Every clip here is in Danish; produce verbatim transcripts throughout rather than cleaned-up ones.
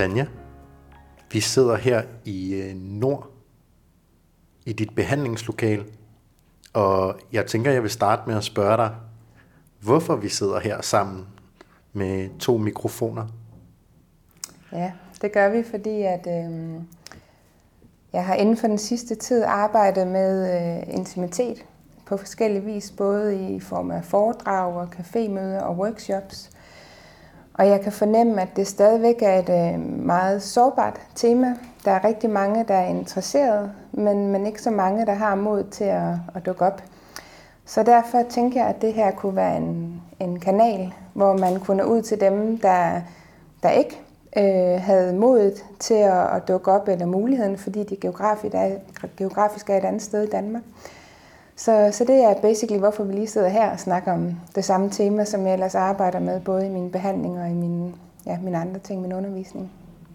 Tanja, vi sidder her i Nord, i dit behandlingslokale, og jeg tænker, jeg vil starte med at spørge dig, hvorfor vi sidder her sammen med to mikrofoner. Ja, det gør vi, fordi at, øh, jeg har inden for den sidste tid arbejdet med øh, intimitet på forskellige vis, både i form af foredrag og cafémøder og workshops. Og jeg kan fornemme, at det stadigvæk er et øh, meget sårbart tema. Der er rigtig mange, der er interesseret, men, men ikke så mange, der har mod til at, at dukke op. Så derfor tænker jeg, at det her kunne være en, en kanal, hvor man kunne nå ud til dem, der, der ikke øh, havde modet til at, at dukke op, eller muligheden, fordi de geografisk er, geografisk er et andet sted i Danmark. Så, så det er basically, hvorfor vi lige sidder her og snakker om det samme tema, som jeg ellers arbejder med, både i min behandling og i mine, ja, mine andre ting, min undervisning.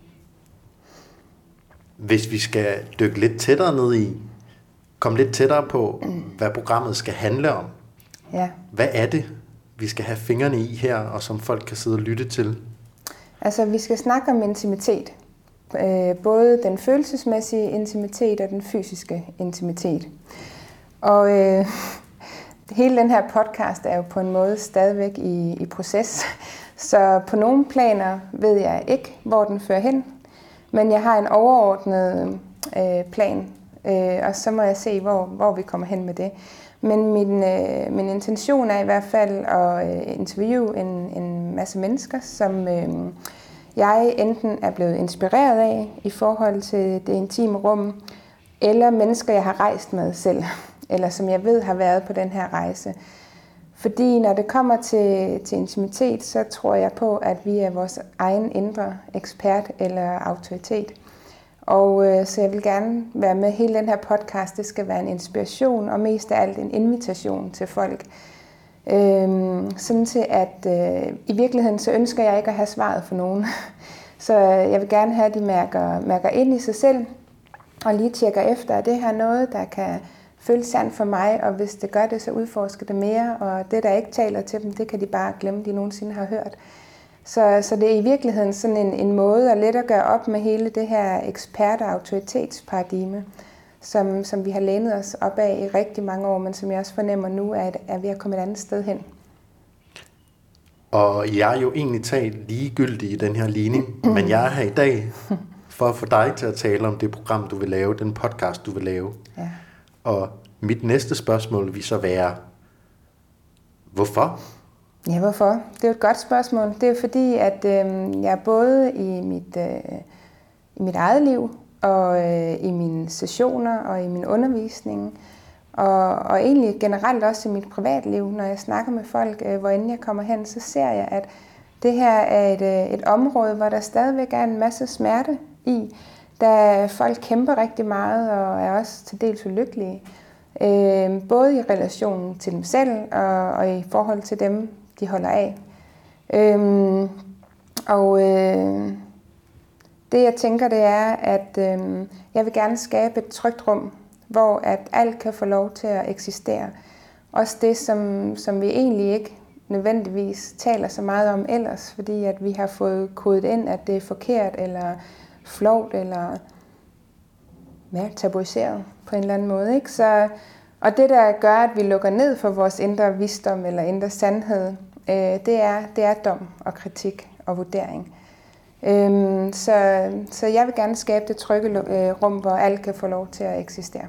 Hvis vi skal dykke lidt tættere ned i, komme lidt tættere på, mm. hvad programmet skal handle om. Ja. Hvad er det, vi skal have fingrene i her, og som folk kan sidde og lytte til? Altså, vi skal snakke om intimitet. Både den følelsesmæssige intimitet og den fysiske intimitet. Og øh, hele den her podcast er jo på en måde stadigvæk i, i proces. Så på nogle planer ved jeg ikke, hvor den fører hen. Men jeg har en overordnet øh, plan, øh, og så må jeg se, hvor, hvor vi kommer hen med det. Men min, øh, min intention er i hvert fald at øh, interviewe en, en masse mennesker, som øh, jeg enten er blevet inspireret af i forhold til det intime rum, eller mennesker, jeg har rejst med selv, eller som jeg ved har været på den her rejse. Fordi når det kommer til, til intimitet, så tror jeg på, at vi er vores egen indre ekspert eller autoritet. Og øh, så jeg vil gerne være med hele den her podcast. Det skal være en inspiration og mest af alt en invitation til folk. Øhm, sådan til at øh, i virkeligheden så ønsker jeg ikke at have svaret for nogen. Så jeg vil gerne have, at de mærker, mærker ind i sig selv og lige tjekker efter, at det her noget, der kan føles sandt for mig, og hvis det gør det, så udforsker det mere, og det, der ikke taler til dem, det kan de bare glemme, de nogensinde har hørt. Så, så det er i virkeligheden sådan en, en måde at let at gøre op med hele det her ekspert- og autoritetsparadigme, som, som vi har lænet os op af i rigtig mange år, men som jeg også fornemmer nu, at er ved at komme et andet sted hen. Og jeg er jo egentlig talt ligegyldig i den her ligning, men jeg er her i dag for at få dig til at tale om det program, du vil lave, den podcast, du vil lave. Ja. Og mit næste spørgsmål vil så være, hvorfor? Ja, hvorfor? Det er jo et godt spørgsmål. Det er jo fordi, at øh, jeg både i mit, øh, i mit eget liv, og øh, i mine sessioner, og i min undervisning, og, og egentlig generelt også i mit privatliv, når jeg snakker med folk, øh, hvor inden jeg kommer hen, så ser jeg, at det her er et, øh, et område, hvor der stadigvæk er en masse smerte i, da folk kæmper rigtig meget og er også til dels ulykkelige. Øh, både i relationen til dem selv og, og i forhold til dem, de holder af. Øh, og øh, det jeg tænker, det er, at øh, jeg vil gerne skabe et trygt rum, hvor at alt kan få lov til at eksistere. Også det, som, som vi egentlig ikke nødvendigvis taler så meget om ellers, fordi at vi har fået kodet ind, at det er forkert eller flovt eller ja, tabuiseret på en eller anden måde. Ikke? Så, og det, der gør, at vi lukker ned for vores indre visdom eller indre sandhed, øh, det, er, det er dom og kritik og vurdering. Øhm, så, så jeg vil gerne skabe det trygge øh, rum, hvor alt kan få lov til at eksistere.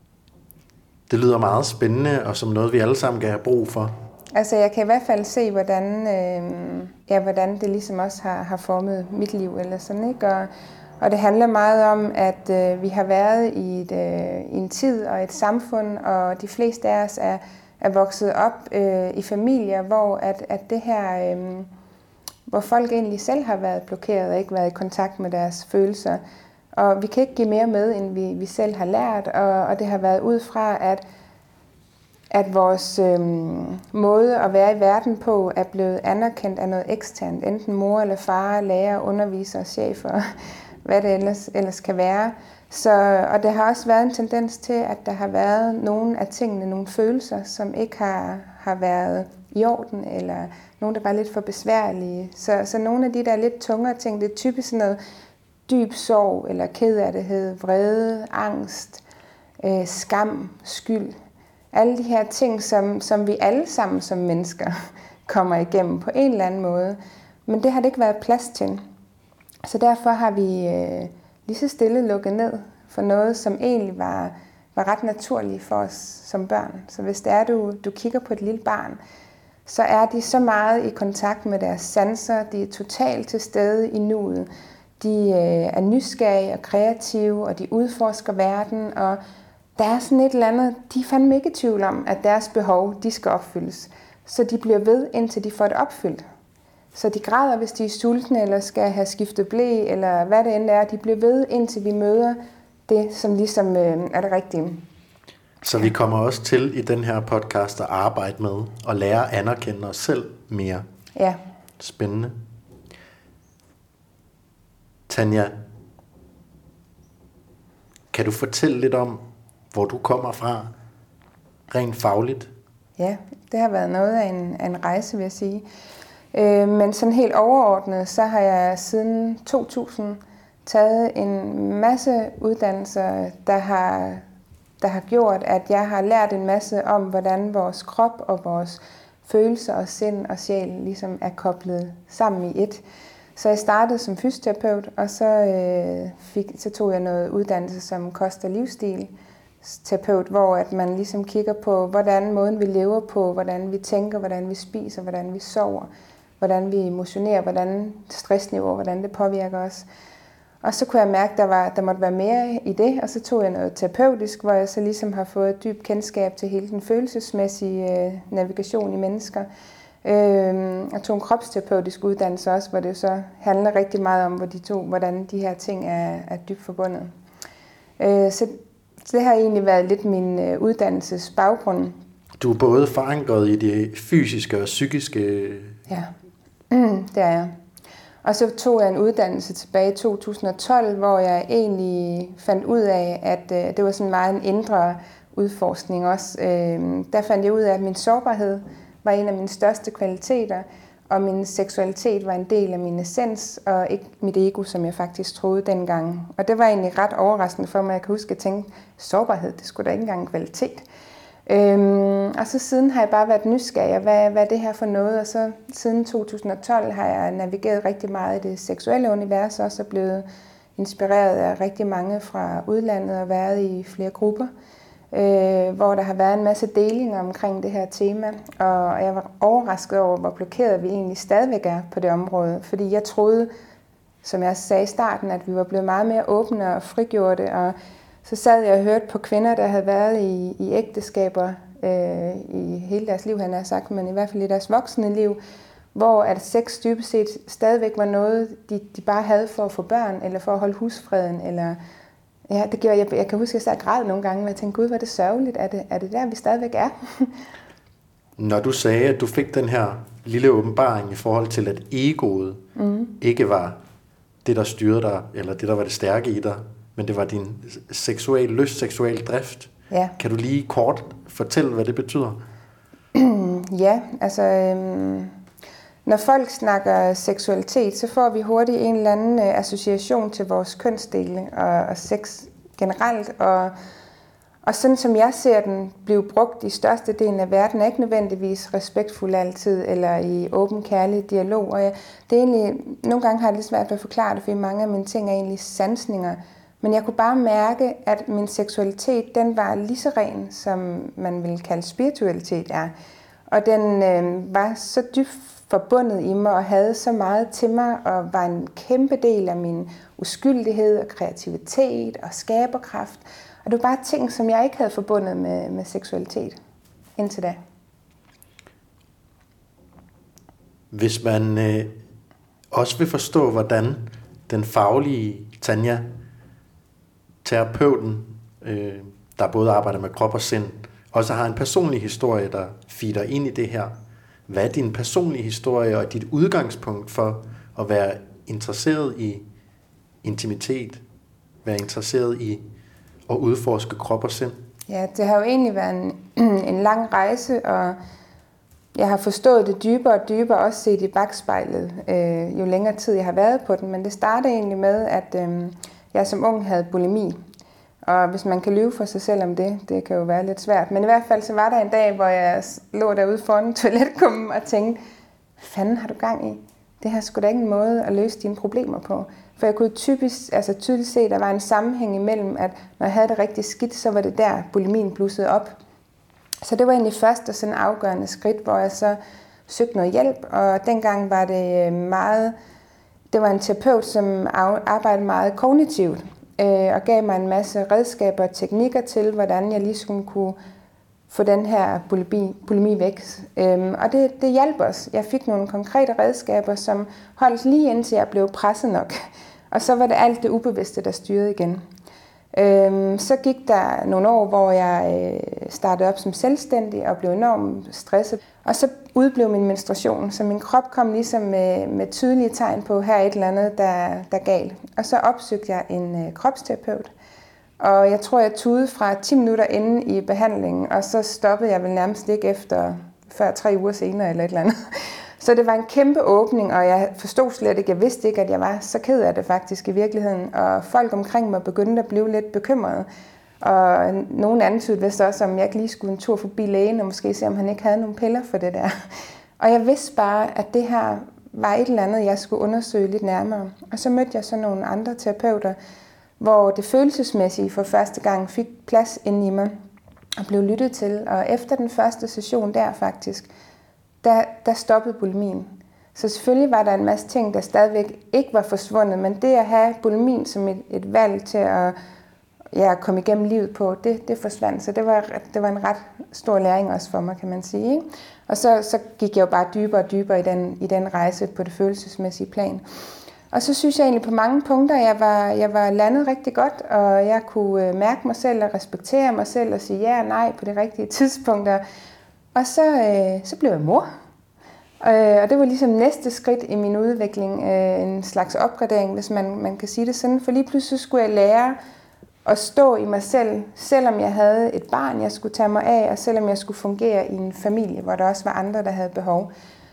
Det lyder meget spændende og som noget, vi alle sammen kan have brug for. Altså, jeg kan i hvert fald se, hvordan, øh, ja, hvordan det ligesom også har, har formet mit liv eller sådan, ikke? Og, og det handler meget om, at øh, vi har været i, et, øh, i en tid og et samfund, og de fleste af os er, er vokset op øh, i familier, hvor at, at det her, øh, hvor folk egentlig selv har været blokeret og ikke været i kontakt med deres følelser. Og vi kan ikke give mere med, end vi, vi selv har lært, og, og det har været ud fra, at at vores øhm, måde at være i verden på er blevet anerkendt af noget eksternt, enten mor eller far, lærer, underviser, chefer, hvad det ellers, ellers kan være. Så, og der har også været en tendens til, at der har været nogle af tingene, nogle følelser, som ikke har, har været i orden, eller nogle, der var lidt for besværlige. Så, så nogle af de der lidt tungere ting, det er typisk sådan noget dyb sorg eller kederlighed, vrede, angst, øh, skam, skyld. Alle de her ting, som, som vi alle sammen som mennesker kommer igennem på en eller anden måde. Men det har det ikke været plads til. Så derfor har vi øh, lige så stille lukket ned for noget, som egentlig var, var ret naturligt for os som børn. Så hvis det er, du, du kigger på et lille barn, så er de så meget i kontakt med deres sanser, de er totalt til stede i nuet. De øh, er nysgerrige og kreative, og de udforsker verden, og der er sådan et eller andet, de er fandme ikke i tvivl om, at deres behov, de skal opfyldes. Så de bliver ved, indtil de får det opfyldt. Så de græder, hvis de er sultne, eller skal have skiftet ble, eller hvad det end er. De bliver ved, indtil vi møder det, som ligesom øh, er det rigtige. Så vi kommer også til i den her podcast at arbejde med og lære at anerkende os selv mere. Ja. Spændende. Tanja, kan du fortælle lidt om, hvor du kommer fra, rent fagligt? Ja, det har været noget af en, af en rejse, vil jeg sige. Øh, men sådan helt overordnet, så har jeg siden to tusind taget en masse uddannelser, der har, der har gjort, at jeg har lært en masse om, hvordan vores krop og vores følelser og sind og sjæl ligesom er koblet sammen i et. Så jeg startede som fysioterapeut, og så, øh, fik, så tog jeg noget uddannelse som kost- og livsstilsterapeut, hvor at man ligesom kigger på, hvordan måden vi lever på, hvordan vi tænker, hvordan vi spiser, hvordan vi sover, hvordan vi emotionerer, hvordan stressniveau, hvordan det påvirker os. Og så kunne jeg mærke, at der, var, der måtte være mere i det, og så tog jeg noget terapeutisk, hvor jeg så ligesom har fået et dybt kendskab til hele den følelsesmæssige øh, navigation i mennesker. Øh, og tog en kropsterapeutisk uddannelse også, hvor det så handler rigtig meget om, hvor de to, hvordan de her ting er, er dybt forbundet. Øh, så, så det har egentlig været lidt min øh, uddannelsesbaggrund. Du er både forankret i det fysiske og psykiske. Ja, mm, det er jeg. Og så tog jeg en uddannelse tilbage i to tusind og tolv, hvor jeg egentlig fandt ud af, at øh, det var sådan meget en indre udforskning også. Øh, der fandt jeg ud af, at min sårbarhed var en af mine største kvaliteter, og min seksualitet var en del af min essens, og ikke mit ego, som jeg faktisk troede dengang. Og det var egentlig ret overraskende for mig. Jeg kan huske at tænke, sårbarhed, det skulle da ikke engang en kvalitet. Øhm, og så siden har jeg bare været nysgerrig, hvad, hvad er det her for noget? Og så siden to tusind og tolv har jeg navigeret rigtig meget i det seksuelle univers, og så blevet inspireret af rigtig mange fra udlandet og været i flere grupper, øh, hvor der har været en masse delinger omkring det her tema. Og jeg var overrasket over, hvor blokeret vi egentlig stadigvæk er på det område, fordi jeg troede, som jeg sagde i starten, at vi var blevet meget mere åbne og frigjorte, og så sad jeg og hørte på kvinder, der havde været i, i ægteskaber øh, i hele deres liv, han har sagt, men i hvert fald i deres voksne liv, hvor at sex dybest set stadigvæk var noget, de, de bare havde for at få børn, eller for at holde husfreden, eller ja, det gjorde jeg. Jeg kan huske, at jeg sad og græd nogle gange, og jeg tænkte, gud, hvor er det sørgeligt, er det, er det der, vi stadigvæk er? Når du sagde, at du fik den her lille åbenbaring i forhold til, at egoet mm. ikke var det, der styrede dig, eller det, der var det stærke i dig, men det var din seksuel lyst, seksuel drift. Ja. Kan du lige kort fortælle, hvad det betyder? Ja, altså øhm, når folk snakker seksualitet, så får vi hurtigt en eller anden øh, association til vores kønsdele og, og sex generelt. Og, og sådan som jeg ser den blive brugt i størstedelen af verden, er ikke nødvendigvis respektfuld altid, eller i åben kærlig dialog. Og jeg, det er egentlig, nogle gange har jeg lidt svært ved at forklare det, fordi mange af mine ting er egentlig sansninger. Men jeg kunne bare mærke, at min seksualitet, den var lige så ren, som man ville kalde spiritualitet er. Og den øh, var så dybt forbundet i mig, og havde så meget til mig, og var en kæmpe del af min uskyldighed, og kreativitet, og skaberkraft. Og det var bare ting, som jeg ikke havde forbundet med, med seksualitet indtil da. Hvis man øh, også vil forstå, hvordan den faglige Tanja, terapeuten, øh, der både arbejder med krop og sind, også har en personlig historie, der feeder ind i det her. Hvad er din personlige historie og dit udgangspunkt for at være interesseret i intimitet, være interesseret i at udforske krop og sind? Ja, det har jo egentlig været en, en lang rejse, og jeg har forstået det dybere og dybere, også set i bagspejlet, øh, jo længere tid jeg har været på den. Men det startede egentlig med, at øh, jeg som ung havde bulimi. Og hvis man kan lyve for sig selv om det, det kan jo være lidt svært. Men i hvert fald så var der en dag, hvor jeg lå derude foran toiletkummen og tænkte, hvad fanden har du gang i? Det her sgu da ikke en måde at løse dine problemer på. For jeg kunne typisk, altså tydeligt se, at der var en sammenhæng imellem, at når jeg havde det rigtig skidt, så var det der, bulimien blussede op. Så det var egentlig første sådan afgørende skridt, hvor jeg så søgte noget hjælp. Og dengang var det meget, det var en terapeut, som arbejdede meget kognitivt. Og gav mig en masse redskaber og teknikker til, hvordan jeg lige skulle kunne få den her bulimi, bulimi væk. Og det, det hjalp os. Jeg fik nogle konkrete redskaber, som holdt lige indtil jeg blev presset nok. Og så var det alt det ubevidste, der styrede igen. Så gik der nogle år, hvor jeg startede op som selvstændig og blev enormt stresset. Og så udblev min menstruation, så min krop kom ligesom med, med tydelige tegn på, her et eller andet, der, der galt. Og så opsøgte jeg en kropsterapeut. Og jeg tror, jeg tudede fra ti minutter inde i behandlingen, og så stoppede jeg vel nærmest ikke efter før tre uger senere eller et eller andet. Så det var en kæmpe åbning, og jeg forstod slet ikke, jeg vidste ikke, at jeg var så ked af det faktisk i virkeligheden. Og folk omkring mig begyndte at blive lidt bekymrede. Og nogen antydede vist også, om jeg ikke lige skulle en tur forbi lægen, og måske se, om han ikke havde nogle piller for det der. Og jeg vidste bare, at det her var et eller andet, jeg skulle undersøge lidt nærmere. Og så mødte jeg så nogle andre terapeuter, hvor det følelsesmæssige for første gang fik plads inde i mig og blev lyttet til. Og efter den første session der faktisk, der, der stoppede bulimien. Så selvfølgelig var der en masse ting, der stadigvæk ikke var forsvundet, men det at have bulimien som et, et valg til at ja, komme igennem livet på, det, det forsvandt. Så det var, det var en ret stor læring også for mig, kan man sige. Ikke? Og så, så gik jeg jo bare dybere og dybere i den, i den rejse på det følelsesmæssige plan. Og så synes jeg egentlig på mange punkter, jeg var, jeg var landet rigtig godt, og jeg kunne mærke mig selv og respektere mig selv og sige ja og nej på de rigtige tidspunkter. Og så, øh, så blev jeg mor. Øh, og det var ligesom næste skridt i min udvikling, øh, en slags opgradering, hvis man, man kan sige det sådan. For lige pludselig skulle jeg lære at stå i mig selv, selvom jeg havde et barn, jeg skulle tage mig af, og selvom jeg skulle fungere i en familie, hvor der også var andre, der havde behov.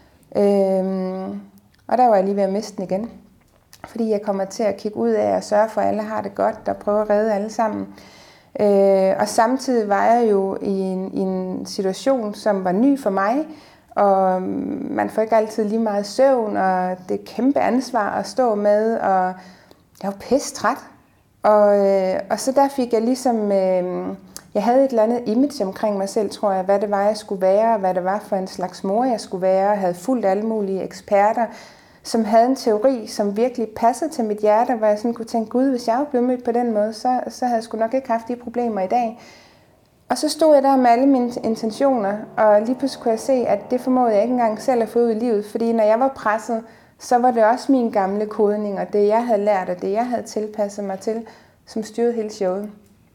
Øh, og der var jeg lige ved at miste den igen. Fordi jeg kommer til at kigge ud af og sørge for, at alle har det godt, og prøve at redde alle sammen. Øh, og samtidig var jeg jo i en, i en situation, som var ny for mig, og man får ikke altid lige meget søvn, og det er kæmpe ansvar at stå med, og jeg var pisse træt. Og, øh, og så der fik jeg ligesom, øh, jeg havde et eller andet image omkring mig selv, tror jeg, hvad det var, jeg skulle være, hvad det var for en slags mor, jeg skulle være. Jeg havde fulgt alle mulige eksperter, som havde en teori, som virkelig passede til mit hjerte, hvor jeg sådan kunne tænke, gud, hvis jeg var blevet mødt på den måde, så, så havde jeg sgu nok ikke haft de problemer i dag. Og så stod jeg der med alle mine intentioner, og lige pludselig kunne jeg se, at det formåede jeg ikke engang selv at få ud i livet, fordi når jeg var presset, så var det også mine gamle kodninger, det jeg havde lært, og det jeg havde tilpasset mig til, som styrede hele showet.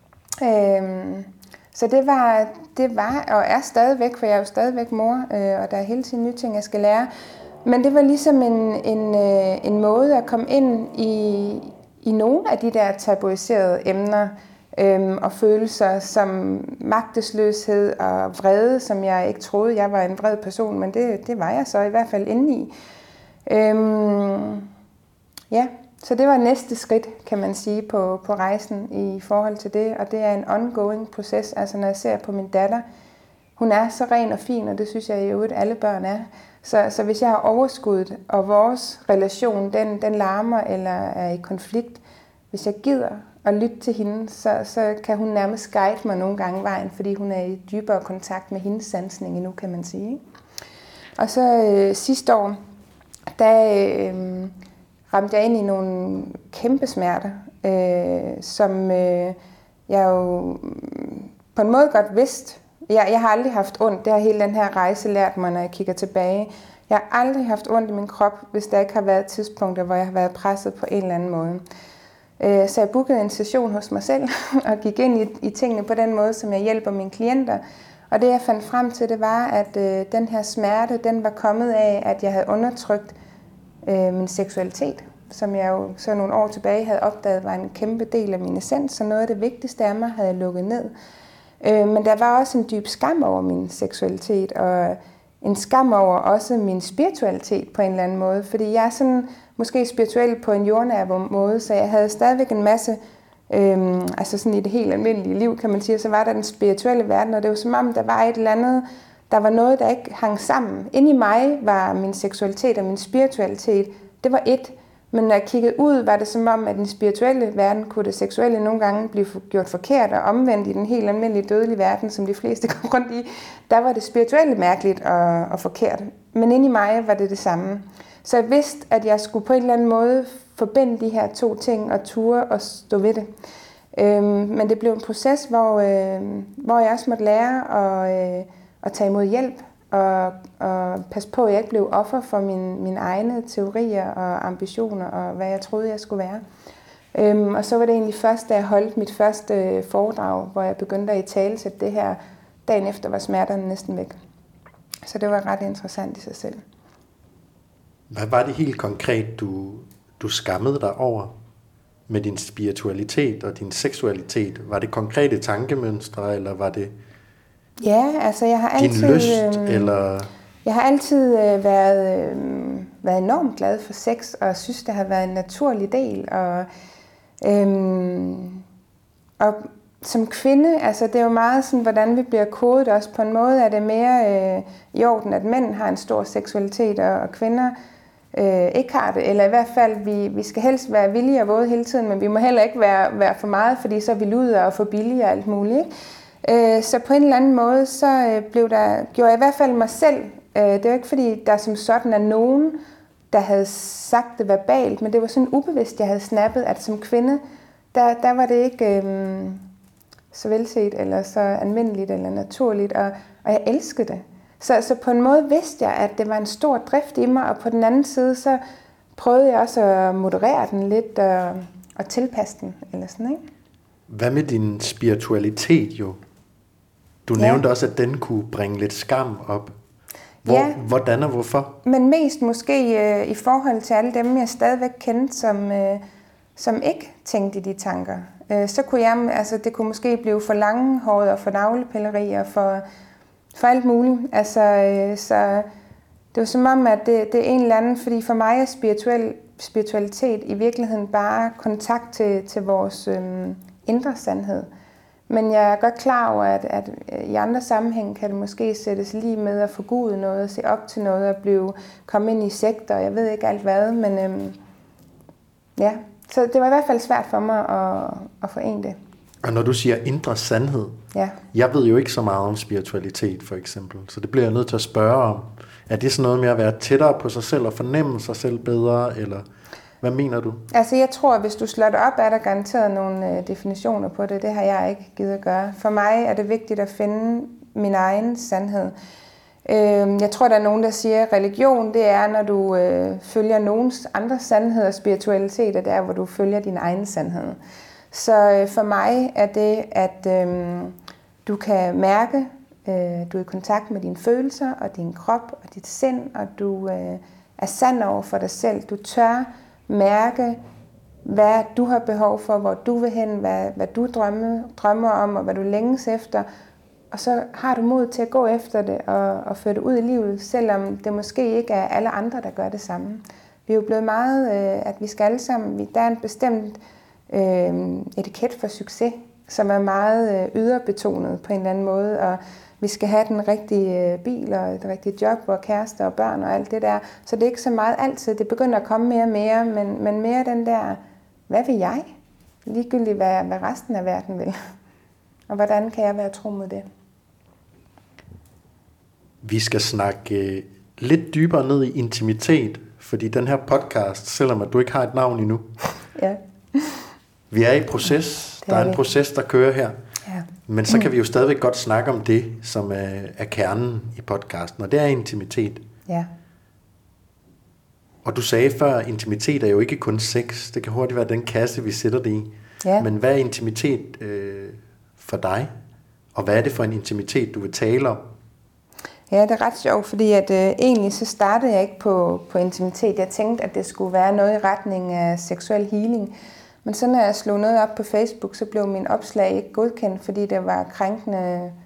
Øhm, så det var, det var og er stadigvæk, for jeg er jo stadigvæk mor, øh, og der er hele tiden nye ting, jeg skal lære. Men det var ligesom en, en, øh, en måde at komme ind i, i nogle af de der tabuiserede emner øhm, og følelser, som magtesløshed og vrede, som jeg ikke troede, jeg var en vred person, men det, det var jeg så i hvert fald inde i. Øhm, ja, så det var næste skridt, kan man sige, på, på rejsen i forhold til det, og det er en ongoing proces. Altså når jeg ser på min datter, hun er så ren og fin, og det synes jeg jo, at alle børn er. Så, så hvis jeg har overskuddet, og vores relation, den, den larmer eller er i konflikt, hvis jeg gider at lytte til hende, så, så kan hun nærmest guide mig nogle gange vejen, fordi hun er i dybere kontakt med hendes sansning endnu, kan man sige. Og så øh, sidste år, der øh, ramte jeg ind i nogle kæmpe smerter, øh, som øh, jeg jo på en måde godt vidste. Jeg, jeg har aldrig haft ondt. Det har hele den her rejse lært mig, når jeg kigger tilbage. Jeg har aldrig haft ondt i min krop, hvis der ikke har været tidspunkter, hvor jeg har været presset på en eller anden måde. Øh, så jeg bookede en session hos mig selv og gik ind i, i tingene på den måde, som jeg hjælper mine klienter. Og det jeg fandt frem til, det var, at øh, den her smerte, den var kommet af, at jeg havde undertrykt øh, min seksualitet, som jeg jo så nogle år tilbage havde opdaget, var en kæmpe del af min essens, så noget af det vigtigste af mig havde jeg lukket ned. Øh, men der var også en dyb skam over min seksualitet, og en skam over også min spiritualitet på en eller anden måde. Fordi jeg er sådan måske spirituel på en jordnær måde, så jeg havde stadigvæk en masse, øhm, altså sådan i det helt almindelige liv, kan man sige, så var der den spirituelle verden, og det var som om, der var et eller andet, der var noget, der ikke hang sammen. Inde i mig var min seksualitet og min spiritualitet, det var et. Men når jeg kiggede ud, var det som om, at den spirituelle verden kunne det seksuelle nogle gange blive gjort forkert, og omvendt i den helt almindelige dødelige verden, som de fleste går rundt i, der var det spirituelle mærkeligt og, og forkert. Men inde i mig var det det samme. Så jeg vidste, at jeg skulle på en eller anden måde forbinde de her to ting og ture og stå ved det. Øhm, men det blev en proces, hvor, øh, hvor jeg også måtte lære at, øh, at tage imod hjælp. Og, og passe på, at jeg ikke blev offer for min, mine egne teorier og ambitioner, og hvad jeg troede, jeg skulle være. Øhm, og så var det egentlig først, da jeg holdt mit første foredrag, hvor jeg begyndte at italesætte det her. Dagen efter var smerterne næsten væk. Så det var ret interessant i sig selv. Hvad var det helt konkret, du, du skammede dig over med din spiritualitet og din seksualitet? Var det konkrete tankemønstre, eller var det... Ja, altså jeg har altid, din lyst, øh, eller? Jeg har altid øh, været, øh, været enormt glad for sex, og synes, det har været en naturlig del. Og, øh, og som kvinde, altså det er jo meget sådan, hvordan vi bliver kodet også. På en måde er det mere øh, i orden, at mænd har en stor seksualitet, og, og kvinder øh, ikke har det. Eller i hvert fald, vi, vi skal helst være villige og våde hele tiden, men vi må heller ikke være, være for meget, fordi så er vi luder og for billige og alt muligt, ikke? Så på en eller anden måde, så blev der, gjorde jeg i hvert fald mig selv. Det er jo ikke fordi, der som sådan er nogen, der havde sagt det verbalt, men det var sådan ubevidst, jeg havde snappet, at som kvinde, der, der var det ikke øhm, så velset, eller så almindeligt, eller naturligt, og, og jeg elskede det. Så, så på en måde vidste jeg, at det var en stor drift i mig, og på den anden side, så prøvede jeg også at moderere den lidt, og, og tilpasse den, eller sådan, ikke? Hvad med din spiritualitet jo? Du ja. nævnte også, at den kunne bringe lidt skam op. Hvor, ja. Hvordan og hvorfor? Men mest måske øh, i forhold til alle dem, jeg stadigvæk kendte, som, øh, som ikke tænkte i de tanker. Øh, så kunne jeg, altså det kunne måske blive for langhåret og for navlepilleri og for, for alt muligt. Altså, øh, så det var som om, at det, det er en eller anden, fordi for mig er spirituel, spiritualitet i virkeligheden bare kontakt til, til vores øh, indre sandhed. Men jeg er godt klar over, at, at i andre sammenhæng kan det måske sættes lige med at forgude noget, at se op til noget, at blive, komme ind i sekter, jeg ved ikke alt hvad, men øhm, ja. Så det var i hvert fald svært for mig at, at forene det. Og når du siger indre sandhed, ja. Jeg ved jo ikke så meget om spiritualitet for eksempel, så det bliver jeg nødt til at spørge om. Er det sådan noget med at være tættere på sig selv og fornemme sig selv bedre, eller... Hvad mener du? Altså jeg tror, at hvis du slår det op, er der garanteret nogle øh, definitioner på det. Det har jeg ikke givet at gøre. For mig er det vigtigt at finde min egen sandhed. Øh, jeg tror, der er nogen, der siger, at religion det er, når du øh, følger nogens andre sandhed, og spiritualitet er der, hvor du følger din egen sandhed. Så øh, for mig er det, at øh, du kan mærke, øh, du er i kontakt med dine følelser og din krop og dit sind, og du øh, er sand over for dig selv. Du tør mærke, hvad du har behov for, hvor du vil hen, hvad, hvad du drømmer, drømmer om, og hvad du længes efter. Og så har du mod til at gå efter det og, og føre det ud i livet, selvom det måske ikke er alle andre, der gør det samme. Vi er jo blevet meget, øh, at vi skal alle sammen, der er en bestemt øh, etiket for succes, som er meget øh, yderbetonet på en eller anden måde, og vi skal have den rigtige bil og et rigtigt job og kærester og børn og alt det der. Så det er ikke så meget altid. Det begynder at komme mere og mere, men, men mere den der, hvad vil jeg? Ligegyldigt hvad, hvad resten af verden vil. Og hvordan kan jeg være tro mod det? Vi skal snakke lidt dybere ned i intimitet, fordi den her podcast, selvom at du ikke har et navn endnu, ja. Vi er i proces. Der er en proces, der kører her. Ja. Men så kan vi jo stadigvæk godt snakke om det, som er, er kernen i podcasten, og det er intimitet. Ja. Og du sagde før, at intimitet er jo ikke kun sex. Det kan hurtigt være den kasse, vi sætter det i. Ja. Men hvad er intimitet øh, for dig? Og hvad er det for en intimitet, du vil tale om? Ja, det er ret sjovt, fordi at, øh, egentlig så startede jeg ikke på, på intimitet. Jeg tænkte, at det skulle være noget i retning af seksuel healing. Men så når jeg slog noget op på Facebook, så blev min opslag ikke godkendt, fordi det var krænkende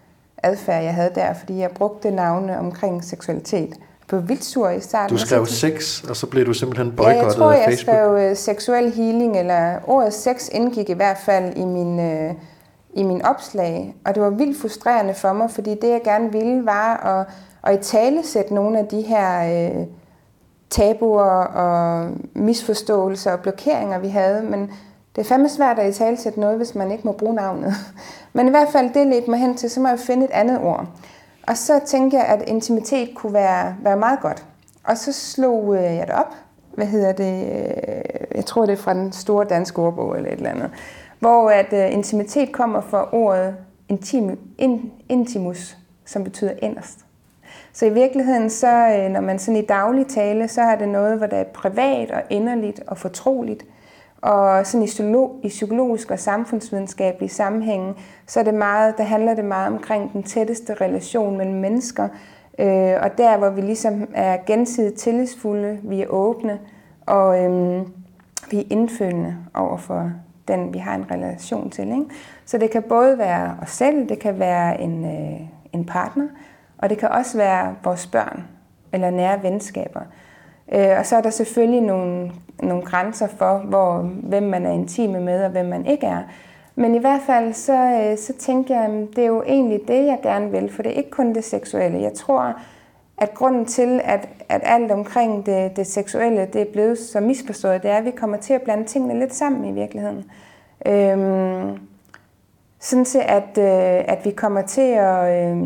adfærd, jeg havde der, fordi jeg brugte navne omkring seksualitet. Jeg blev vildt sur i starten. Du skrev sex, og så blev du simpelthen boykottet af Facebook? Ja, jeg tror, jeg skrev uh, seksuel healing, eller ordet sex indgik i hvert fald i min, uh, i min opslag. Og det var vildt frustrerende for mig, fordi det, jeg gerne ville, var at, at italesætte nogle af de her uh, tabuer og misforståelser og blokeringer, vi havde. Men det er fandme svært at italesætte noget, hvis man ikke må bruge navnet. Men i hvert fald, det ledte mig hen til, så må jeg finde et andet ord. Og så tænkte jeg, at intimitet kunne være, være meget godt. Og så slog jeg det op. Hvad hedder det? Jeg tror, det er fra den store danske ordbog eller et eller andet. Hvor at uh, intimitet kommer fra ordet intim, in, intimus, som betyder inderst. Så i virkeligheden, så, når man sådan i daglig tale, så er det noget, hvor det er privat og inderligt og fortroligt. Og sådan i, psykolog, i psykologisk og samfundsvidenskabelige sammenhænge, så er det meget, der handler det meget omkring den tætteste relation mellem mennesker. Øh, og der, hvor vi ligesom er gensidigt tillidsfulde, vi er åbne, og øh, vi er indfølende over for den, vi har en relation til. Ikke? Så det kan både være os selv, det kan være en, øh, en partner, og det kan også være vores børn eller nære venskaber. Øh, og så er der selvfølgelig nogle, nogle grænser for, hvor, hvem man er intime med, og hvem man ikke er. Men i hvert fald, så, øh, så tænker jeg, at det er jo egentlig det, jeg gerne vil, for det er ikke kun det seksuelle. Jeg tror, at grunden til, at, at alt omkring det, det seksuelle, det er blevet så misforstået, det er, at vi kommer til at blande tingene lidt sammen i virkeligheden. Øhm, sådan til, at, øh, at vi kommer til at, øh,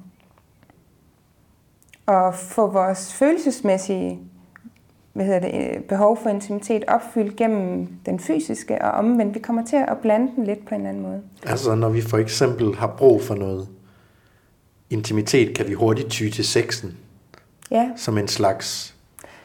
at få vores følelsesmæssige hvad hedder det, behov for intimitet opfyldt gennem den fysiske, og omvendt. Vi kommer til at blande den lidt på en anden måde. Altså, når vi for eksempel har brug for noget intimitet, kan vi hurtigt ty til sexen. Ja. Som en slags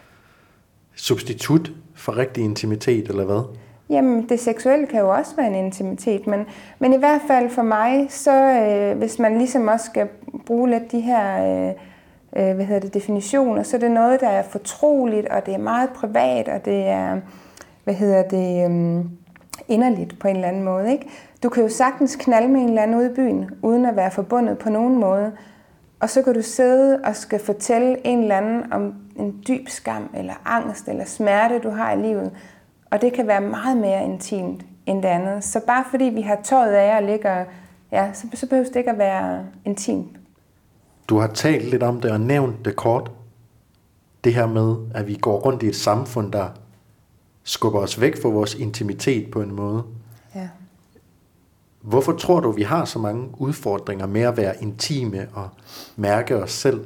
substitut for rigtig intimitet, eller hvad? Jamen, det seksuelle kan jo også være en intimitet, men, men i hvert fald for mig, så øh, hvis man ligesom også skal bruge lidt de her øh, hvad hedder det, definitioner, så er det noget, der er fortroligt, og det er meget privat, og det er, hvad hedder det, um, inderligt på en eller anden måde. Ikke? Du kan jo sagtens knalde med en eller anden ude i byen, uden at være forbundet på nogen måde, og så kan du sidde og skal fortælle en eller anden om en dyb skam, eller angst, eller smerte, du har i livet, og det kan være meget mere intimt end det andet. Så bare fordi vi har tøjet af og ligger, ja, så, så behøver det ikke at være intimt. Du har talt lidt om det og nævnt det kort. Det her med, at vi går rundt i et samfund, der skubber os væk fra vores intimitet på en måde. Ja. Hvorfor tror du, vi har så mange udfordringer med at være intime og mærke os selv?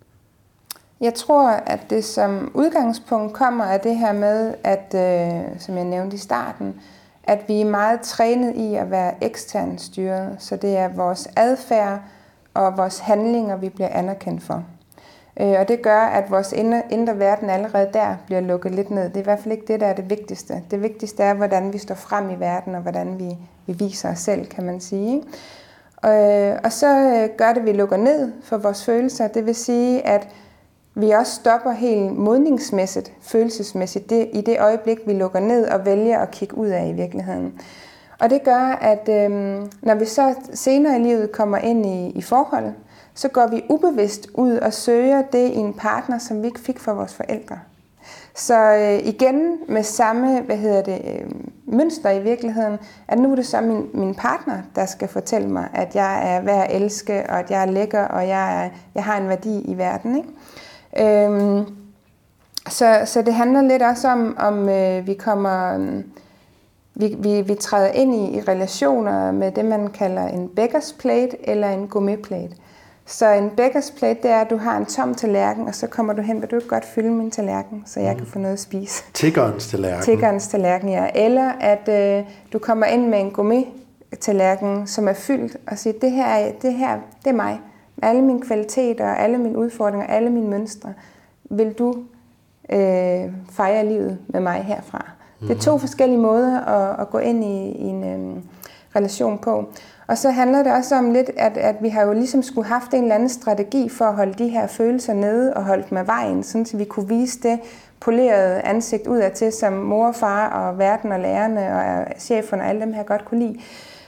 Jeg tror, at det som udgangspunkt kommer af det her med, at, øh, som jeg nævnte i starten, at vi er meget trænet i at være eksternt styret. Så det er vores adfærd og vores handlinger, vi bliver anerkendt for. Øh, og det gør, at vores indre, indre verden allerede der bliver lukket lidt ned. Det er i hvert fald ikke det, der er det vigtigste. Det vigtigste er, hvordan vi står frem i verden, og hvordan vi, vi viser os selv, kan man sige. Øh, og så gør det, at vi lukker ned for vores følelser. Det vil sige, at vi også stopper helt modningsmæssigt, følelsesmæssigt, det, i det øjeblik, vi lukker ned og vælger at kigge ud af i virkeligheden. Og det gør, at øhm, når vi så senere i livet kommer ind i, i forhold, så går vi ubevidst ud og søger det i en partner, som vi ikke fik fra vores forældre. Så øh, igen med samme hvad hedder det, øh, mønster i virkeligheden, at nu er det så min, min partner, der skal fortælle mig, at jeg er værd at elske, og at jeg er lækker, og jeg, er, jeg har en værdi i verden. Ikke? Øhm, så, så det handler lidt også om, om øh, vi kommer... Øh, Vi, vi, vi træder ind i, i relationer med det, man kalder en beggars plate eller en gourmet-plate. Så en beggars plate, det er, at du har en tom tallerken, og så kommer du hen, vil du ikke godt fylde min tallerken, så jeg mm. kan få noget at spise. Tiggerens tallerken. Tiggerens tallerken, ja. Eller at øh, du kommer ind med en gourmet-tallerken, som er fyldt, og siger, det her, det her, det er mig. Med alle mine kvaliteter, alle mine udfordringer, alle mine mønstre. Vil du øh, fejre livet med mig herfra? Det er to forskellige måder at, at gå ind i, i en øhm, relation på. Og så handler det også om lidt, at, at vi har jo ligesom skulle haft en eller anden strategi for at holde de her følelser nede og holde dem af vejen, sådan så vi kunne vise det polerede ansigt udadtil, som mor og far og verden og lærerne og cheferne og alle dem her godt kunne lide.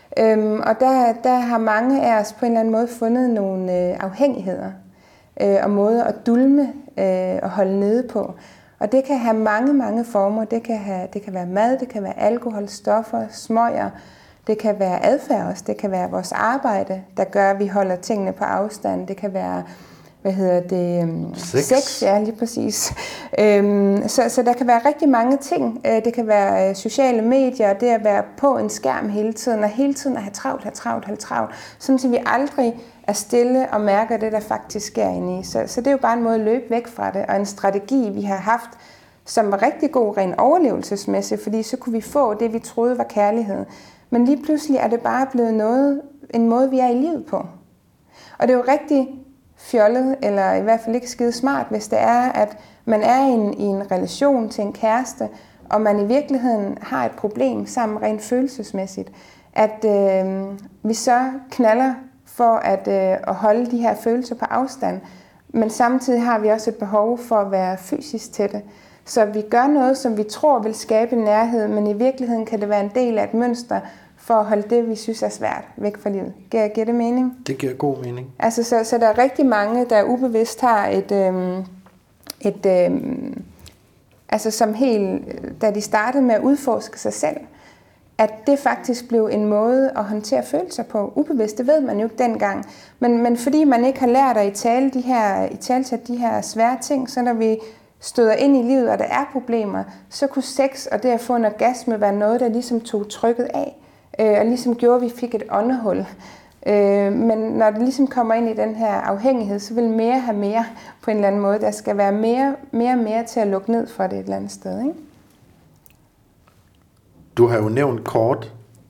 Øhm, og der, der har mange af os på en eller anden måde fundet nogle øh, afhængigheder øh, og måder at dulme øh, og holde nede på. Og det kan have mange, mange former. Det kan, have, det kan være mad, det kan være alkohol, stoffer, smøger. Det kan være adfærd også. Det kan være vores arbejde, der gør, at vi holder tingene på afstand. Det kan være, hvad hedder det? Sex. Sex, ja, lige præcis. Øhm, så, så der kan være rigtig mange ting. Det kan være sociale medier, det at være på en skærm hele tiden, og hele tiden at have travlt, have travlt, have travlt. Sådan at vi aldrig er stille og mærker det, der faktisk sker inde i. Så, så det er jo bare en måde at løbe væk fra det, og en strategi, vi har haft, som var rigtig god ren overlevelsesmæssigt, fordi så kunne vi få det, vi troede var kærlighed. Men lige pludselig er det bare blevet noget, en måde, vi er i livet på. Og det er jo rigtig fjollet, eller i hvert fald ikke skide smart, hvis det er, at man er i en, i en relation til en kæreste, og man i virkeligheden har et problem sammen rent følelsesmæssigt. At øh, vi så knaller for at, øh, at holde de her følelser på afstand, men samtidig har vi også et behov for at være fysisk tætte. Så vi gør noget, som vi tror vil skabe nærhed, men i virkeligheden kan det være en del af et mønster for at holde det, vi synes er svært, væk fra livet. Giver, giver det mening? Det giver god mening. Altså, så, så der er rigtig mange, der ubevidst har et, øhm, et øhm, altså som helt, da de startede med at udforske sig selv, at det faktisk blev en måde at håndtere følelser på. Ubevidst, det ved man jo ikke dengang. Men, men fordi man ikke har lært at i tale de her, i tale de her svære ting, så når vi støder ind i livet, og der er problemer, så kunne sex og det at få en orgasme være noget, der ligesom tog trykket af, øh, og ligesom gjorde, at vi fik et åndehul. Øh, men når det ligesom kommer ind i den her afhængighed, så vil mere have mere på en eller anden måde. Der skal være mere mere og mere til at lukke ned for det et eller andet sted, ikke? Du har jo nævnt kort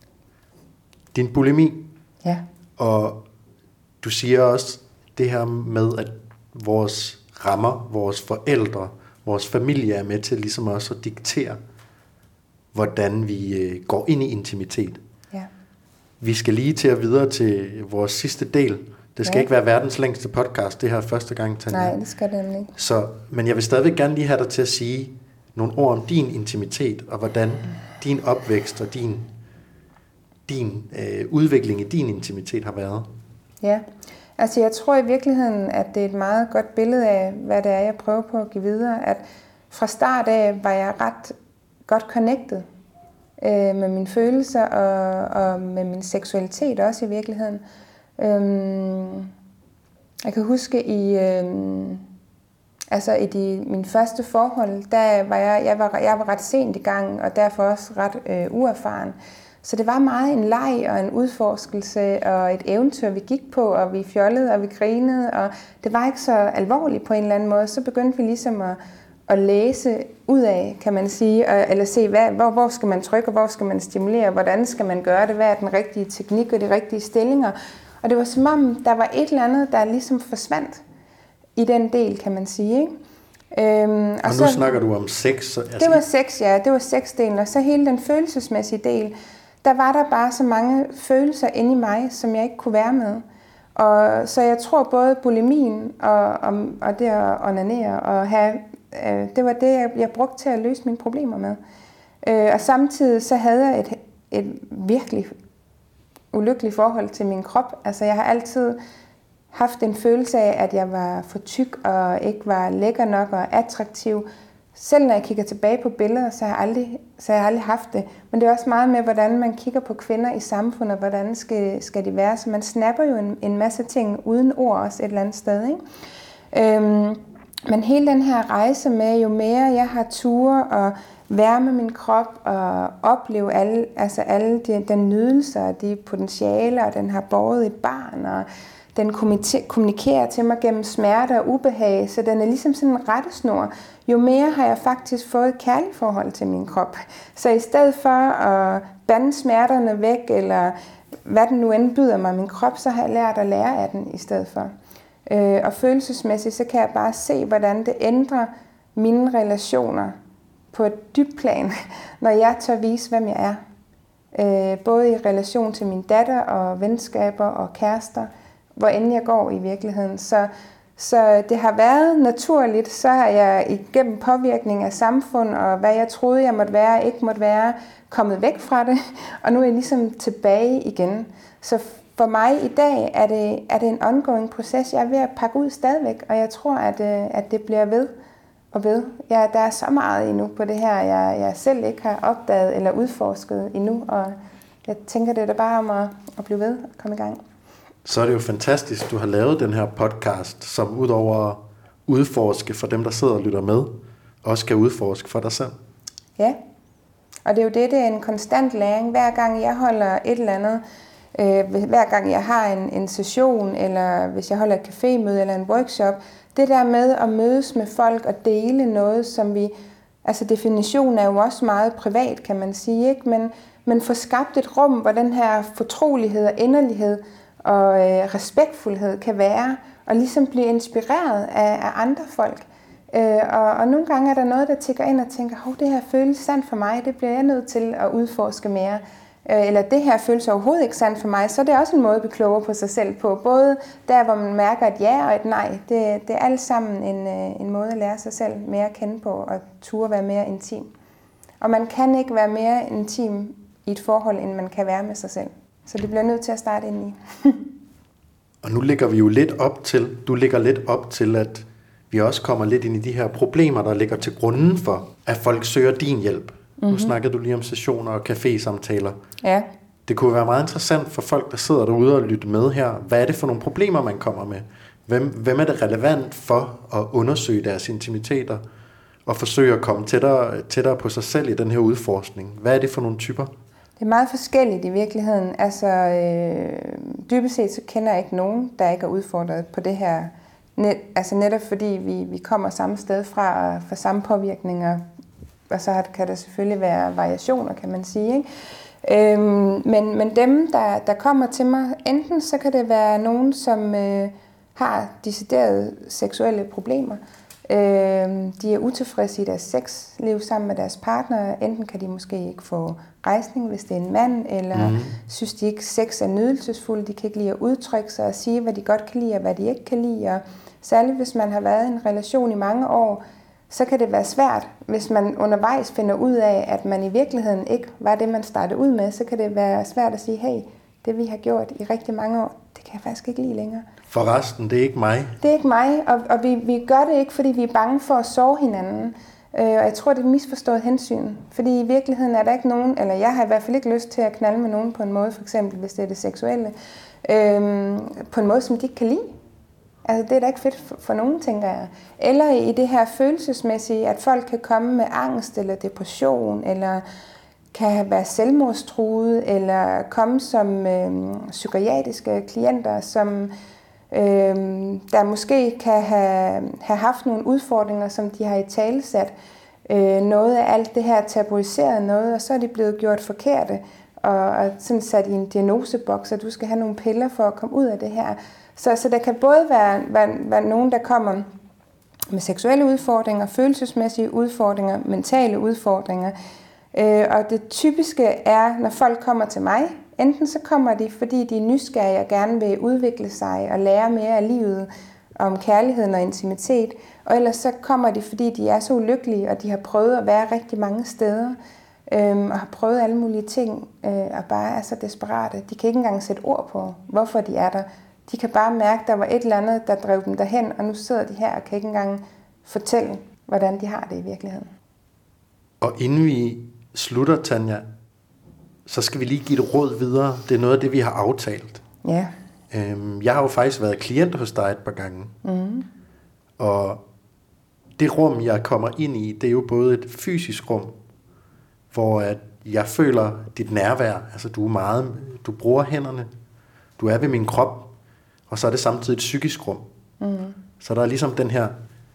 din bulimi. Ja. Og du siger også det her med, at vores rammer, vores forældre, vores familie er med til ligesom også at diktere, hvordan vi går ind i intimitet. Ja. Vi skal lige til at videre til vores sidste del. Det skal ja. ikke være verdens længste podcast, det her første gang, Tanja. Nej, det skal det ikke. Så, men jeg vil stadigvæk gerne lige have dig til at sige nogle ord om din intimitet, og hvordan din opvækst og din, din øh, udvikling i din intimitet har været. Ja, altså jeg tror i virkeligheden, at det er et meget godt billede af, hvad det er, jeg prøver på at give videre. At fra start af var jeg ret godt connected øh, med mine følelser og, og med min seksualitet også i virkeligheden. Øhm, jeg kan huske i, øhm, altså i de, mine første forhold, der var jeg, jeg, var, jeg var ret sent i gang, og derfor også ret øh, uerfaren. Så det var meget en leg og en udforskelse og et eventyr, vi gik på, og vi fjollede og vi grinede, og det var ikke så alvorligt på en eller anden måde. Så begyndte vi ligesom at, at læse ud af, kan man sige, og, eller se, hvad, hvor, hvor skal man trykke, og hvor skal man stimulere, hvordan skal man gøre det, hvad er den rigtige teknik og de rigtige stillinger. Og det var som om, der var et eller andet, der ligesom forsvandt i den del, kan man sige, ikke? Øhm, og, og nu så, snakker du om sex. Altså det var sex, ja. Det var sexdelen. Og så hele den følelsesmæssige del, der var der bare så mange følelser inde i mig, som jeg ikke kunne være med. Og så jeg tror både bulimien og, og, og det at onanere og have, øh, det var det, jeg, jeg brugte til at løse mine problemer med. Øh, og samtidig så havde jeg et, et virkelig ulykkeligt forhold til min krop. Altså jeg har altid haft en følelse af, at jeg var for tyk og ikke var lækker nok og attraktiv. Selv når jeg kigger tilbage på billeder, så har jeg aldrig, så har jeg aldrig haft det. Men det er også meget med, hvordan man kigger på kvinder i samfundet, hvordan skal, skal de være. Så man snapper jo en, en masse ting uden ord også et eller andet sted, ikke? Øhm, men hele den her rejse med, jo mere jeg har ture og være med min krop og opleve alle, altså alle de, den nydelser og de potentialer, og den har båret et barn, og den kommunikerer til mig gennem smerte og ubehag, så den er ligesom sådan en rettesnor. Jo mere har jeg faktisk fået et kærligt forhold til min krop. Så i stedet for at bande smerterne væk, eller hvad den nu end byder mig min krop, så har jeg lært at lære af den i stedet for. Øh, og følelsesmæssigt, så kan jeg bare se, hvordan det ændrer mine relationer på et dybt plan, når jeg tør vise, hvem jeg er. Øh, både i relation til min datter og venskaber og kærester, hvor end jeg går i virkeligheden. Så, Så det har været naturligt, så har jeg igennem påvirkning af samfund og hvad jeg troede, jeg måtte være og ikke måtte være, kommet væk fra det, og nu er jeg ligesom tilbage igen. Så for mig i dag er det, er det en ongoing proces. Jeg er ved at pakke ud stadigvæk, og jeg tror, at, at det bliver ved og ved. Ja, der er så meget endnu på det her, jeg, jeg selv ikke har opdaget eller udforsket endnu, og jeg tænker, det er da bare om at, at blive ved og komme i gang. Så er det jo fantastisk, du har lavet den her podcast, som udover at udforske for dem, der sidder og lytter med, også kan udforske for dig selv. Ja, og det er jo det, det er en konstant læring. Hver gang jeg holder et eller andet, øh, hver gang jeg har en, en session, eller hvis jeg holder et cafémøde eller en workshop, det der med at mødes med folk og dele noget, som vi, altså definitionen er jo også meget privat, kan man sige, ikke? Men, men få skabt et rum, hvor den her fortrolighed og inderlighed og øh, respektfuldhed kan være, og ligesom blive inspireret af, af andre folk. Øh, og, og nogle gange er der noget, der tikker ind og tænker, hov, det her føles sandt for mig, det bliver jeg nødt til at udforske mere. Øh, eller det her føles overhovedet ikke sandt for mig, så er det også en måde at blive klogere på sig selv på. Både der, hvor man mærker et ja og et nej, det, det er alt sammen en, en måde at lære sig selv mere at kende på, og turde være mere intim. Og man kan ikke være mere intim i et forhold, end man kan være med sig selv. Så det bliver nødt til at starte ind i. Og nu ligger vi jo lidt op til, du ligger lidt op til, at vi også kommer lidt ind i de her problemer, der ligger til grunden for, at folk søger din hjælp. Mm-hmm. Nu snakkede du lige om sessioner og cafésamtaler. Ja. Det kunne være meget interessant for folk, der sidder derude og lytter med her. Hvad er det for nogle problemer, man kommer med? Hvem, hvem er det relevant for at undersøge deres intimiteter og forsøge at komme tættere, tættere på sig selv i den her udforskning? Hvad er det for nogle typer? Det er meget forskelligt i virkeligheden. Altså, øh, dybest set så kender jeg ikke nogen, der ikke er udfordret på det her. Net, altså netop fordi vi, vi kommer samme sted fra og får samme påvirkninger. Og så kan der selvfølgelig være variationer, kan man sige, ikke? Øhm, men, men dem, der, der kommer til mig, enten så kan det være nogen, som øh, har deciderede seksuelle problemer. Øh, de er utilfredse i deres sexliv sammen med deres partner. Enten kan de måske ikke få rejsning, hvis det er en mand, eller mm. synes de ikke, sex er nydelsesfuldt. De kan ikke lide at udtrykke sig og sige, hvad de godt kan lide og hvad de ikke kan lide. Og særligt hvis man har været i en relation i mange år, så kan det være svært, hvis man undervejs finder ud af, at man i virkeligheden ikke var det, man startede ud med, så kan det være svært at sige, hey, det vi har gjort i rigtig mange år, det kan jeg faktisk ikke lide længere. For resten, det er ikke mig. Det er ikke mig, og, og vi, vi gør det ikke, fordi vi er bange for at såre hinanden. Øh, og jeg tror, det er misforstået hensyn. Fordi i virkeligheden er der ikke nogen, eller jeg har i hvert fald ikke lyst til at knalde med nogen på en måde, for eksempel hvis det er det seksuelle, øh, på en måde, som de ikke kan lide. Altså, det er da ikke fedt for, for nogen, tænker jeg. Eller i det her følelsesmæssige, at folk kan komme med angst eller depression, eller kan være selvmordstruede, eller komme som øh, psykiatriske klienter, som øh, der måske kan have, have haft nogle udfordringer, som de har italesat. Øh, noget af alt det her tabuiseret noget, og så er de blevet gjort forkerte, og, og sådan sat i en diagnoseboks, og du skal have nogle piller for at komme ud af det her. Så, så der kan både være, være, være nogen, der kommer med seksuelle udfordringer, følelsesmæssige udfordringer, mentale udfordringer. Øh, og det typiske er, når folk kommer til mig, enten så kommer de, fordi de er nysgerrige og gerne vil udvikle sig og lære mere af livet, om kærligheden og intimitet, og ellers så kommer de, fordi de er så ulykkelige, og de har prøvet at være rigtig mange steder, øhm, og har prøvet alle mulige ting, øh, og bare er så desperate. De kan ikke engang sætte ord på, hvorfor de er der. De kan bare mærke, at der var et eller andet, der drev dem derhen, og nu sidder de her og kan ikke engang fortælle, hvordan de har det i virkeligheden. Og inden vi slutter, Tanja, så skal vi lige give et råd videre. Det er noget af det, vi har aftalt. Ja. Øhm, jeg har jo faktisk været klient hos dig et par gange. Mm. Og det rum, jeg kommer ind i, det er jo både et fysisk rum, hvor at jeg føler dit nærvær. Altså, du er meget, du bruger hænderne. Du er ved min krop. Og så er det samtidig et psykisk rum. Mm. Så der er ligesom den her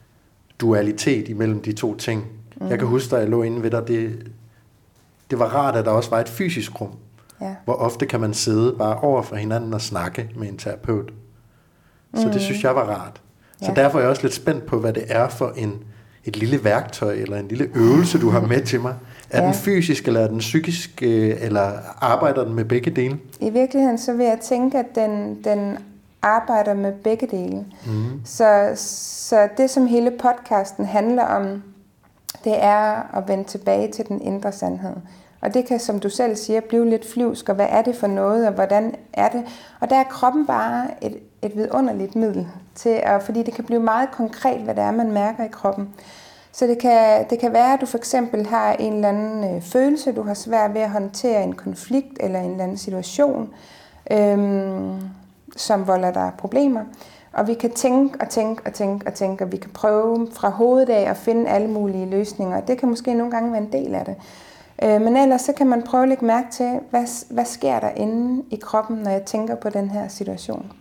dualitet imellem de to ting. Mm. Jeg kan huske, da jeg lå inde ved dig, det, det var rart, at der også var et fysisk rum. Ja. Hvor ofte kan man sidde bare over for hinanden og snakke med en terapeut. Så mm. det synes jeg var rart. Ja. Så derfor er jeg også lidt spændt på, hvad det er for en, et lille værktøj, eller en lille øvelse, du har med til mig. Er ja. den fysisk, eller er den psykisk, eller arbejder den med begge dele? I virkeligheden så vil jeg tænke, at den, den arbejder med begge dele. Mm. Så, så det, som hele podcasten handler om, det er at vende tilbage til den indre sandhed. Og det kan, som du selv siger, blive lidt flyvsk, og hvad er det for noget, og hvordan er det? Og der er kroppen bare et, et vidunderligt middel til, at, fordi det kan blive meget konkret, hvad det er, man mærker i kroppen. Så det kan, det kan være, at du for eksempel har en eller anden øh, følelse, du har svært ved at håndtere en konflikt eller en eller anden situation, øhm, som volder dig problemer. Og vi kan tænke og tænke og tænke og tænke, og vi kan prøve fra hovedet af at finde alle mulige løsninger. Det kan måske nogle gange være en del af det. Øh, men ellers så kan man prøve at lægge mærke til, hvad, hvad sker der inde i kroppen, når jeg tænker på den her situation.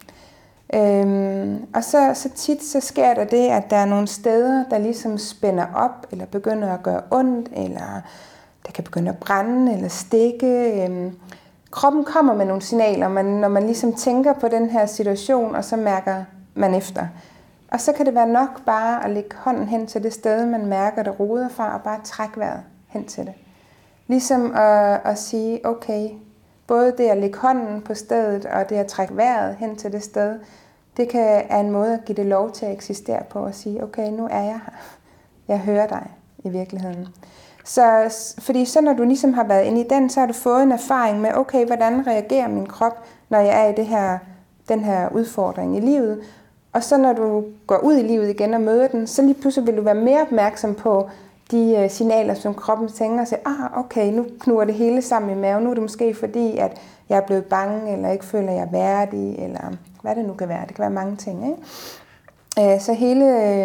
Øhm, og så, så tit så sker der det, at der er nogle steder, der ligesom spænder op, eller begynder at gøre ondt, eller det kan begynde at brænde, eller stikke. Øhm, kroppen kommer med nogle signaler, man, når man ligesom tænker på den her situation, og så mærker man efter. Og så kan det være nok bare at lægge hånden hen til det sted, man mærker det roder fra, og bare trække vejret hen til det. Ligesom at, at sige, okay, både det at lægge hånden på stedet, og det at trække vejret hen til det sted, det kan er en måde at give det lov til at eksistere på, og sige, okay, nu er jeg her. Jeg hører dig i virkeligheden. Så, fordi så når du ligesom har været inde i den, så har du fået en erfaring med, okay, hvordan reagerer min krop, når jeg er i det her, den her udfordring i livet. Og så når du går ud i livet igen og møder den, så lige pludselig vil du være mere opmærksom på de uh, signaler, som kroppen tænker og siger, ah, okay, nu knurrer det hele sammen i maven. Nu er det måske fordi, at jeg er blevet bange, eller ikke føler, at jeg er værdig, eller hvad det nu kan være. Det kan være mange ting, ikke? Uh, så hele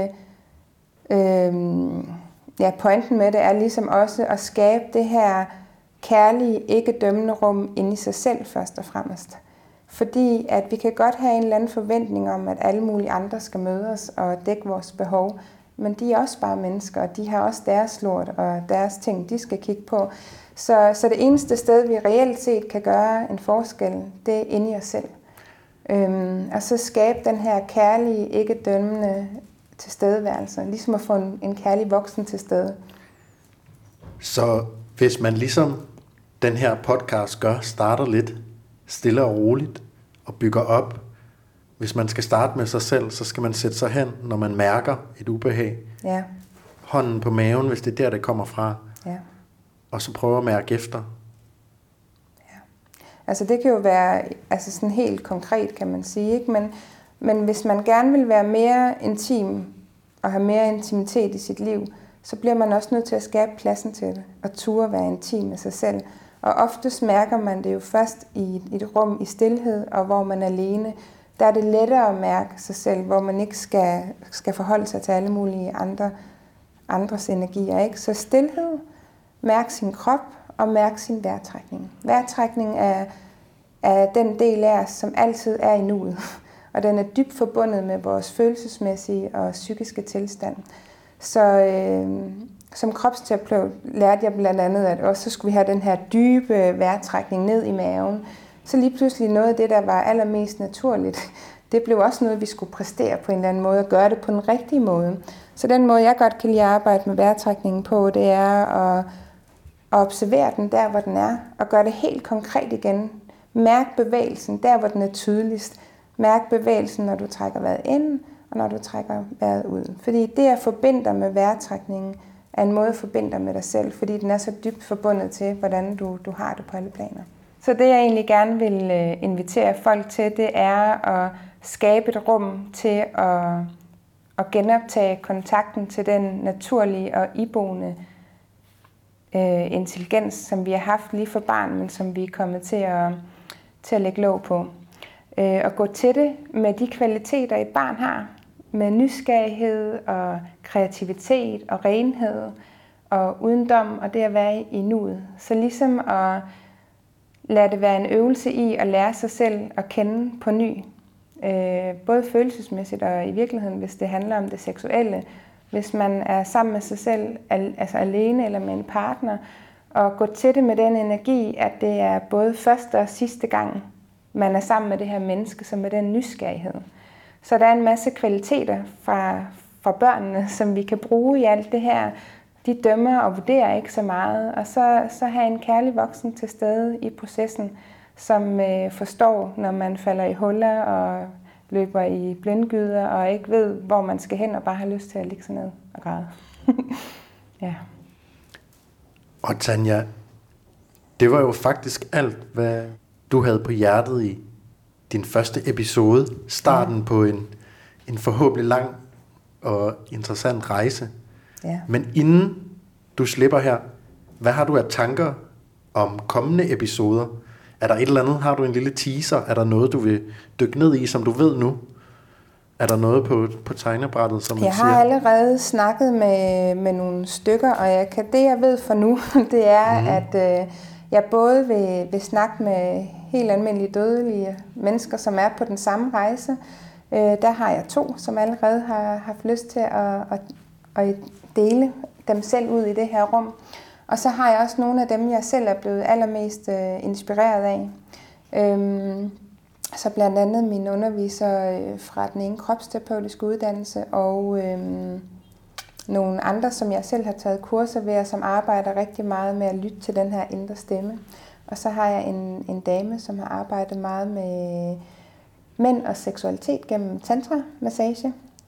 uh, uh, ja, pointen med det er ligesom også at skabe det her kærlige, ikke dømmende rum inde i sig selv først og fremmest. Fordi at vi kan godt have en eller anden forventning om, at alle mulige andre skal møde os og dække vores behov, men de er også bare mennesker, og de har også deres lort og deres ting, de skal kigge på. Så, så det eneste sted, vi reelt set kan gøre en forskel, det er inde i os selv. Øhm, og så skabe den her kærlige, ikke dømmende tilstedeværelse, ligesom at få en, en kærlig voksen til stede. Så hvis man ligesom den her podcast gør, starter lidt stille og roligt og bygger op. Hvis man skal starte med sig selv, så skal man sætte sig hen, når man mærker et ubehag. Ja. Hånden på maven, hvis det er der, det kommer fra. Ja. Og så prøve at mærke efter. Ja. Altså det kan jo være altså sådan helt konkret, kan man sige, ikke? Men, men hvis man gerne vil være mere intim og have mere intimitet i sit liv, så bliver man også nødt til at skabe pladsen til det, og ture være intim med sig selv. Og oftest mærker man det jo først i et rum i stilhed, og hvor man er alene. Der er det lettere at mærke sig selv, hvor man ikke skal, skal forholde sig til alle mulige andre, andres energier, ikke? Så stilhed, mærk sin krop og mærk sin vejrtrækning. Vejrtrækning er, er den del af os, som altid er i nuet. Og den er dybt forbundet med vores følelsesmæssige og psykiske tilstand. Så øh, som kropsterapeut lærte jeg blandt andet, at også så skulle vi have den her dybe vejrtrækning ned i maven. Så lige pludselig noget af det, der var allermest naturligt, det blev også noget, vi skulle præstere på en eller anden måde, og gøre det på den rigtige måde. Så den måde, jeg godt kan lide at arbejde med vejrtrækningen på, det er at, at observere den der, hvor den er, og gøre det helt konkret igen. Mærk bevægelsen der, hvor den er tydeligst. Mærk bevægelsen, når du trækker vejret ind, og når du trækker vejret ud. Fordi det at forbinde dig med vejrtrækningen, er en måde at forbinde dig med dig selv, fordi den er så dybt forbundet til, hvordan du, du har det på alle planer. Så det, jeg egentlig gerne vil invitere folk til, det er at skabe et rum til at, at genoptage kontakten til den naturlige og iboende øh, intelligens, som vi har haft lige fra barn, men som vi er kommet til at, til at lægge låg på. Øh, og gå til det med de kvaliteter, et barn har, med nysgerrighed og kreativitet og renhed og udendom og det at være i nuet. Så ligesom at lade det være en øvelse i at lære sig selv at kende på ny. Øh, både følelsesmæssigt og i virkeligheden, hvis det handler om det seksuelle. Hvis man er sammen med sig selv, al- altså alene eller med en partner, og gå til det med den energi, at det er både første og sidste gang, man er sammen med det her menneske, som med den nysgerrighed. Så der er en masse kvaliteter fra, fra børnene, som vi kan bruge i alt det her. De dømmer og vurderer ikke så meget, og så, så have en kærlig voksen til stede i processen, som øh, forstår, når man falder i huller og løber i blindgyder og ikke ved, hvor man skal hen og bare har lyst til at ligge sig ned og græde. Ja. Og Tanja, det var jo faktisk alt, hvad du havde på hjertet i din første episode. Starten ja. på en, en forhåbentlig lang og interessant rejse. Ja. Men inden du slipper her, hvad har du af tanker om kommende episoder? Er der et eller andet? Har du en lille teaser? Er der noget, du vil dykke ned i, som du ved nu? Er der noget på, på tegnebrættet, som man jeg siger? Jeg har allerede snakket med, med nogle stykker, og jeg kan, det jeg ved for nu, det er, mm. at øh, jeg både vil, vil snakke med helt almindelige dødelige mennesker, som er på den samme rejse. Øh, der har jeg to, som allerede har haft lyst til at, at, at dele dem selv ud i det her rum. Og så har jeg også nogle af dem, jeg selv er blevet allermest øh, inspireret af. Øhm, så blandt andet min underviser øh, fra den ene kropsterapeutiske uddannelse, og øhm, nogle andre, som jeg selv har taget kurser ved, og som arbejder rigtig meget med at lytte til den her indre stemme. Og så har jeg en, en dame, som har arbejdet meget med mænd og seksualitet gennem tantra-massage.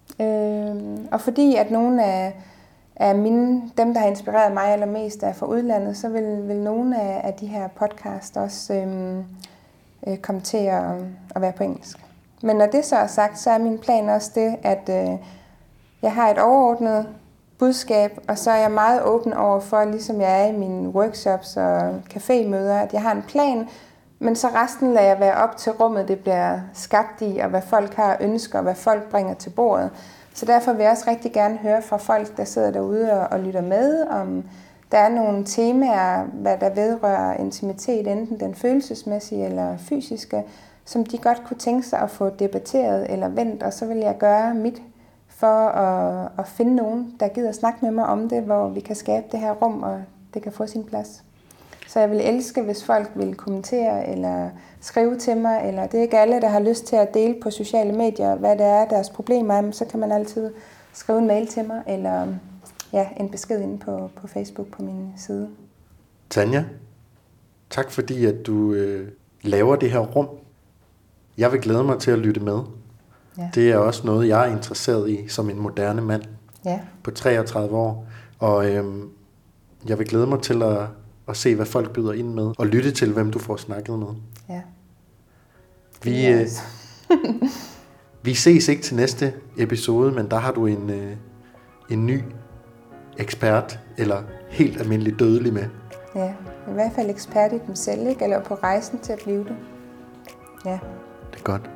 Øhm, og fordi at nogle af af mine, dem, der har inspireret mig allermest, er fra udlandet, så vil, vil nogle af, af de her podcasts også øhm, øh, komme til at, at være på engelsk. Men når det så er sagt, så er min plan også det, at øh, jeg har et overordnet budskab, og så er jeg meget åben over for, ligesom jeg er i mine workshops og cafémøder, at jeg har en plan, men så resten lader jeg være op til rummet, det bliver skabt i, og hvad folk har ønsker, og hvad folk bringer til bordet. Så derfor vil jeg også rigtig gerne høre fra folk, der sidder derude og, og lytter med, om der er nogle temaer, hvad der vedrører intimitet, enten den følelsesmæssige eller fysiske, som de godt kunne tænke sig at få debatteret eller vendt, og så vil jeg gøre mit for at, at finde nogen, der gider snakke med mig om det, hvor vi kan skabe det her rum, og det kan få sin plads. Så jeg vil elske, hvis folk vil kommentere eller skrive til mig, eller det er ikke alle, der har lyst til at dele på sociale medier, hvad det er, deres problemer er, så kan man altid skrive en mail til mig, eller ja, en besked inde på, på Facebook på min side. Tanja, tak fordi at du øh, laver det her rum. Jeg vil glæde mig til at lytte med. Ja. Det er også noget, jeg er interesseret i som en moderne mand ja. på treogtredive år. Og øh, jeg vil glæde mig til at og se, hvad folk byder ind med, og lytte til, hvem du får snakket med. Ja. Vi, øh, vi ses ikke til næste episode, men der har du en, øh, en ny ekspert, eller helt almindelig dødelig med. Ja, i hvert fald ekspert i dem selv, ikke? Eller på rejsen til at blive det. Ja. Det er godt.